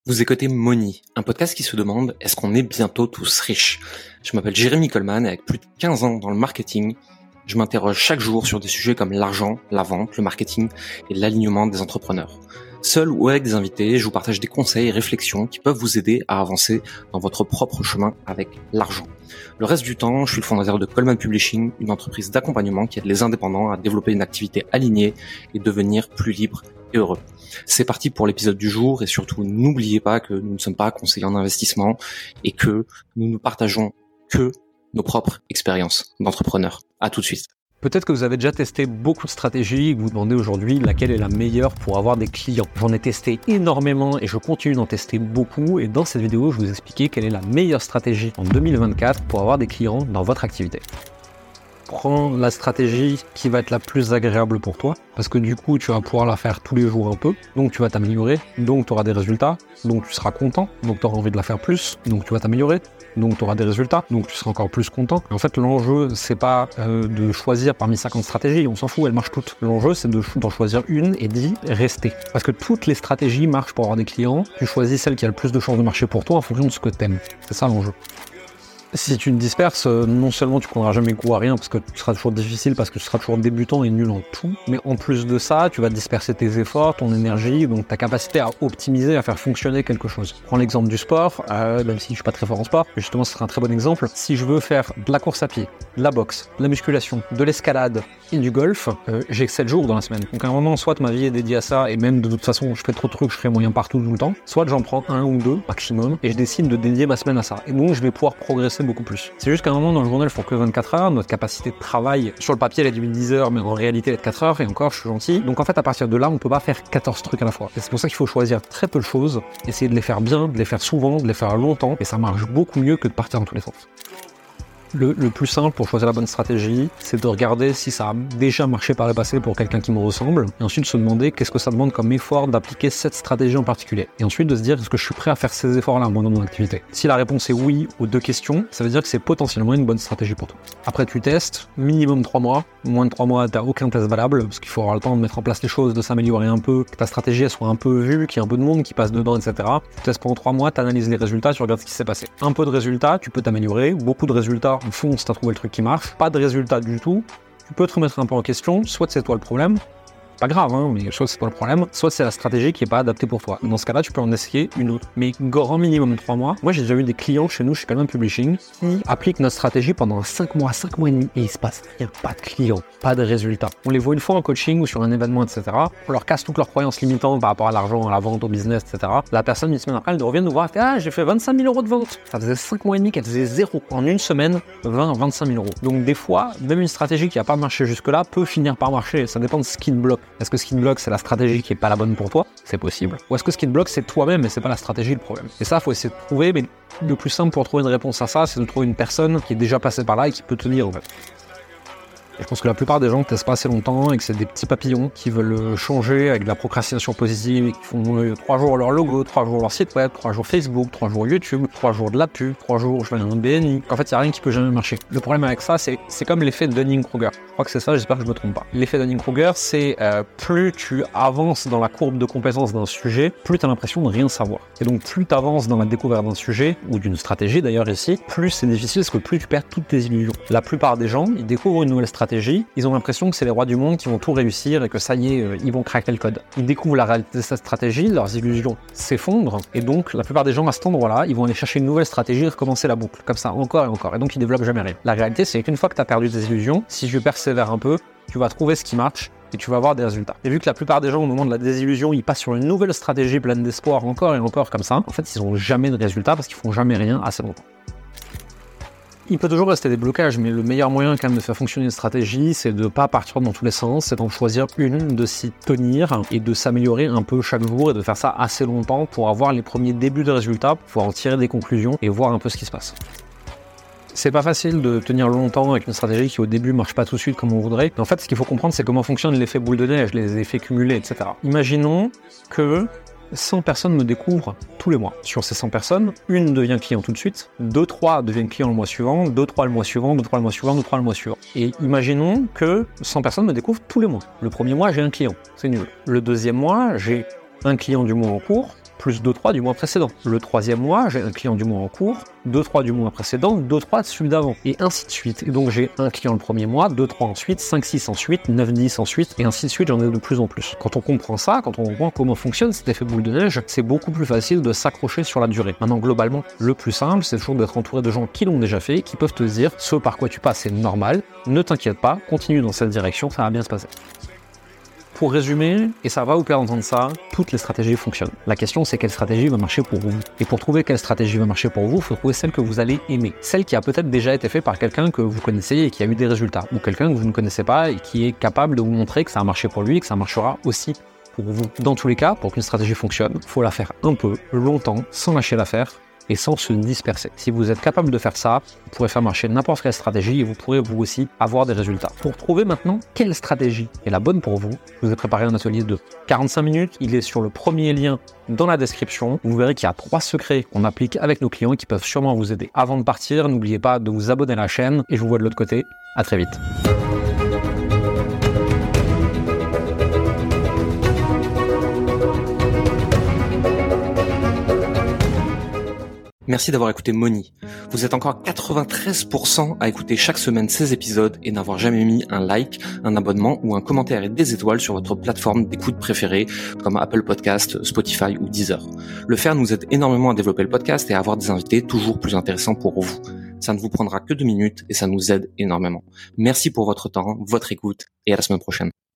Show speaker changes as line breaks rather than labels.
Vous écoutez Money, un podcast qui se demande est-ce qu'on est bientôt tous riches. Je m'appelle Jérémy Coleman et avec plus de 15 ans dans le marketing, je m'interroge chaque jour sur des sujets comme l'argent, la vente, le marketing et l'alignement des entrepreneurs. Seul ou avec des invités, je vous partage des conseils et réflexions qui peuvent vous aider à avancer dans votre propre chemin avec l'argent. Le reste du temps, je suis le fondateur de Coleman Publishing, une entreprise d'accompagnement qui aide les indépendants à développer une activité alignée et devenir plus libre et heureux. C'est parti pour l'épisode du jour et surtout n'oubliez pas que nous ne sommes pas conseillers en investissement et que nous ne partageons que nos propres expériences d'entrepreneurs. À tout de suite.
Peut-être que vous avez déjà testé beaucoup de stratégies et que vous vous demandez aujourd'hui laquelle est la meilleure pour avoir des clients. J'en ai testé énormément et je continue d'en tester beaucoup et dans cette vidéo, je vais vous expliquer quelle est la meilleure stratégie en 2024 pour avoir des clients dans votre activité. Prends la stratégie qui va être la plus agréable pour toi parce que du coup tu vas pouvoir la faire tous les jours un peu, donc tu vas t'améliorer, donc tu auras des résultats, donc tu seras content, donc tu auras envie de la faire plus, donc tu vas t'améliorer, donc tu auras des résultats, donc tu seras encore plus content. En fait l'enjeu c'est pas de choisir parmi 50 stratégies, on s'en fout, elles marchent toutes. L'enjeu c'est d'en choisir une et d'y rester. Parce que toutes les stratégies marchent pour avoir des clients, tu choisis celle qui a le plus de chances de marcher pour toi en fonction de ce que t'aimes. C'est ça l'enjeu. Si tu te disperses, non seulement tu prendras jamais goût à rien parce que tu seras toujours difficile, parce que tu seras toujours débutant et nul en tout, mais en plus de ça, tu vas disperser tes efforts, ton énergie, donc ta capacité à optimiser, à faire fonctionner quelque chose. Prends l'exemple du sport, même si je suis pas très fort en sport, mais justement ce sera un très bon exemple. Si je veux faire de la course à pied, de la boxe, de la musculation, de l'escalade et du golf, j'ai que 7 jours dans la semaine. Donc à un moment, soit ma vie est dédiée à ça, et même de toute façon, je fais trop de trucs, je serai moyen partout tout le temps, soit j'en prends un ou deux maximum, et je décide de dédier ma semaine à ça. Et donc je vais pouvoir progresser beaucoup plus. C'est juste qu'à un moment dans le journal, il faut que 24 heures, notre capacité de travail sur le papier elle est de 10 heures, mais en réalité elle est de 4 heures, et encore je suis gentil. Donc en fait à partir de là, on peut pas faire 14 trucs à la fois. Et c'est pour ça qu'il faut choisir très peu de choses, essayer de les faire bien, de les faire souvent, de les faire longtemps, et ça marche beaucoup mieux que de partir dans tous les sens. Le plus simple pour choisir la bonne stratégie, c'est de regarder si ça a déjà marché par le passé pour quelqu'un qui me ressemble, et ensuite se demander qu'est-ce que ça demande comme effort d'appliquer cette stratégie en particulier. Et ensuite de se dire est-ce que je suis prêt à faire ces efforts-là moi dans mon activité. Si la réponse est oui aux deux questions, ça veut dire que c'est potentiellement une bonne stratégie pour toi. Après tu testes, minimum 3 mois, moins de 3 mois t'as aucun test valable, parce qu'il faut avoir le temps de mettre en place les choses, de s'améliorer un peu, que ta stratégie elle soit un peu vue, qu'il y ait un peu de monde qui passe dedans, etc. Tu testes pendant 3 mois, t'analyses les résultats, tu regardes ce qui s'est passé. Un peu de résultats, tu peux t'améliorer, beaucoup de résultats en fond si t'as trouvé le truc qui marche, pas de résultat du tout, tu peux te remettre un peu en question, soit c'est toi le problème, pas grave, mais soit c'est pas le problème, soit c'est la stratégie qui est pas adaptée pour toi. Dans ce cas-là, tu peux en essayer une autre. Mais grand minimum 3 mois. Moi, j'ai déjà eu des clients chez nous, chez Coleman Publishing, qui appliquent notre stratégie pendant 5 mois et demi, et il se passe rien, pas de clients, pas de résultats. On les voit une fois en coaching ou sur un événement, etc. On leur casse toutes leurs croyances limitantes par rapport à l'argent, à la vente, au business, etc. La personne, une semaine après, elle revient nous voir, elle fait j'ai fait 25 000 € de vente. Ça faisait 5 mois et demi qu'elle faisait zéro. En une semaine, 25 000 €. Donc des fois, même une stratégie qui n'a pas marché jusque-là peut finir par marcher. Ça dépend de ce qui te bloque. Est-ce que ce qui te bloque, c'est la stratégie qui est pas la bonne pour toi? C'est possible. Ou est-ce que ce qui te bloque, c'est toi-même et c'est pas la stratégie le problème? Et ça, faut essayer de trouver, mais le plus simple pour trouver une réponse à ça, c'est de trouver une personne qui est déjà passée par là et qui peut te dire en fait. Et je pense que la plupart des gens ne testent pas assez longtemps et que c'est des petits papillons qui veulent changer avec de la procrastination positive et qui font 3 jours leur logo, 3 jours leur site web, 3 jours Facebook, 3 jours YouTube, 3 jours de la pub, 3 jours je fais un BNI. En fait, il n'y a rien qui peut jamais marcher. Le problème avec ça, c'est comme l'effet de Dunning-Kruger. Je crois que c'est ça, j'espère que je me trompe pas. L'effet Dunning-Kruger, c'est plus tu avances dans la courbe de compétences d'un sujet, plus tu as l'impression de rien savoir. Et donc plus tu avances dans la découverte d'un sujet, ou d'une stratégie d'ailleurs ici, plus c'est difficile parce que plus tu perds toutes tes illusions. La plupart des gens, ils découvrent une nouvelle stratégie, ils ont l'impression que c'est les rois du monde qui vont tout réussir et que ça y est, ils vont craquer le code. Ils découvrent la réalité de cette stratégie, leurs illusions s'effondrent, et donc la plupart des gens à cet endroit-là, ils vont aller chercher une nouvelle stratégie et recommencer la boucle, comme ça, encore et encore, et donc ils développent jamais rien. La réalité, c'est qu'une fois que tu as perdu tes illusions, si je persévère un peu, tu vas trouver ce qui marche, et tu vas avoir des résultats. Et vu que la plupart des gens, au moment de la désillusion, ils passent sur une nouvelle stratégie pleine d'espoir, encore et encore comme ça, en fait, ils n'ont jamais de résultats parce qu'ils font jamais rien assez longtemps. Il peut toujours rester des blocages, mais le meilleur moyen quand même de faire fonctionner une stratégie, c'est de ne pas partir dans tous les sens, c'est d'en choisir une, de s'y tenir et de s'améliorer un peu chaque jour et de faire ça assez longtemps pour avoir les premiers débuts de résultats, pour pouvoir en tirer des conclusions et voir un peu ce qui se passe. C'est pas facile de tenir longtemps avec une stratégie qui au début marche pas tout de suite comme on voudrait. En fait, ce qu'il faut comprendre, c'est comment fonctionne l'effet boule de neige, les effets cumulés, etc. Imaginons que 100 personnes me découvrent tous les mois. Sur ces 100 personnes, une devient client tout de suite, 2-3 deviennent clients le mois suivant, 2-3 le mois suivant, 2-3 le mois suivant, 2-3 le mois suivant. Et imaginons que 100 personnes me découvrent tous les mois. Le premier mois, j'ai un client, c'est nul. Le deuxième mois, j'ai un client du mois en cours, plus 2-3 du mois précédent. Le 3e mois, j'ai un client du mois en cours, 2-3 du mois précédent, 2-3 de celui d'avant, et ainsi de suite. Et donc j'ai un client le premier mois, 2-3 ensuite, 5-6 ensuite, 9-10 ensuite, et ainsi de suite, j'en ai de plus en plus. Quand on comprend ça, quand on comprend comment fonctionne cet effet boule de neige, c'est beaucoup plus facile de s'accrocher sur la durée. Maintenant, globalement, le plus simple, c'est toujours d'être entouré de gens qui l'ont déjà fait, qui peuvent te dire ce par quoi tu passes, c'est normal, ne t'inquiète pas, continue dans cette direction, ça va bien se passer. Pour résumer, et ça va vous plaire d'entendre ça, toutes les stratégies fonctionnent. La question, c'est quelle stratégie va marcher pour vous. Et pour trouver quelle stratégie va marcher pour vous, il faut trouver celle que vous allez aimer. Celle qui a peut-être déjà été faite par quelqu'un que vous connaissez et qui a eu des résultats. Ou quelqu'un que vous ne connaissez pas et qui est capable de vous montrer que ça a marché pour lui et que ça marchera aussi pour vous. Dans tous les cas, pour qu'une stratégie fonctionne, il faut la faire un peu, longtemps, sans lâcher l'affaire et sans se disperser. Si vous êtes capable de faire ça, vous pourrez faire marcher n'importe quelle stratégie et vous pourrez vous aussi avoir des résultats. Pour trouver maintenant quelle stratégie est la bonne pour vous, je vous ai préparé un atelier de 45 minutes. Il est sur le premier lien dans la description. Vous verrez qu'il y a 3 secrets qu'on applique avec nos clients et qui peuvent sûrement vous aider. Avant de partir, n'oubliez pas de vous abonner à la chaîne et je vous vois de l'autre côté. À très vite.
Merci d'avoir écouté Money. Vous êtes encore 93% à écouter chaque semaine ces épisodes et n'avoir jamais mis un like, un abonnement ou un commentaire et des étoiles sur votre plateforme d'écoute préférée comme Apple Podcast, Spotify ou Deezer. Le faire nous aide énormément à développer le podcast et à avoir des invités toujours plus intéressants pour vous. Ça ne vous prendra que 2 minutes et ça nous aide énormément. Merci pour votre temps, votre écoute et à la semaine prochaine.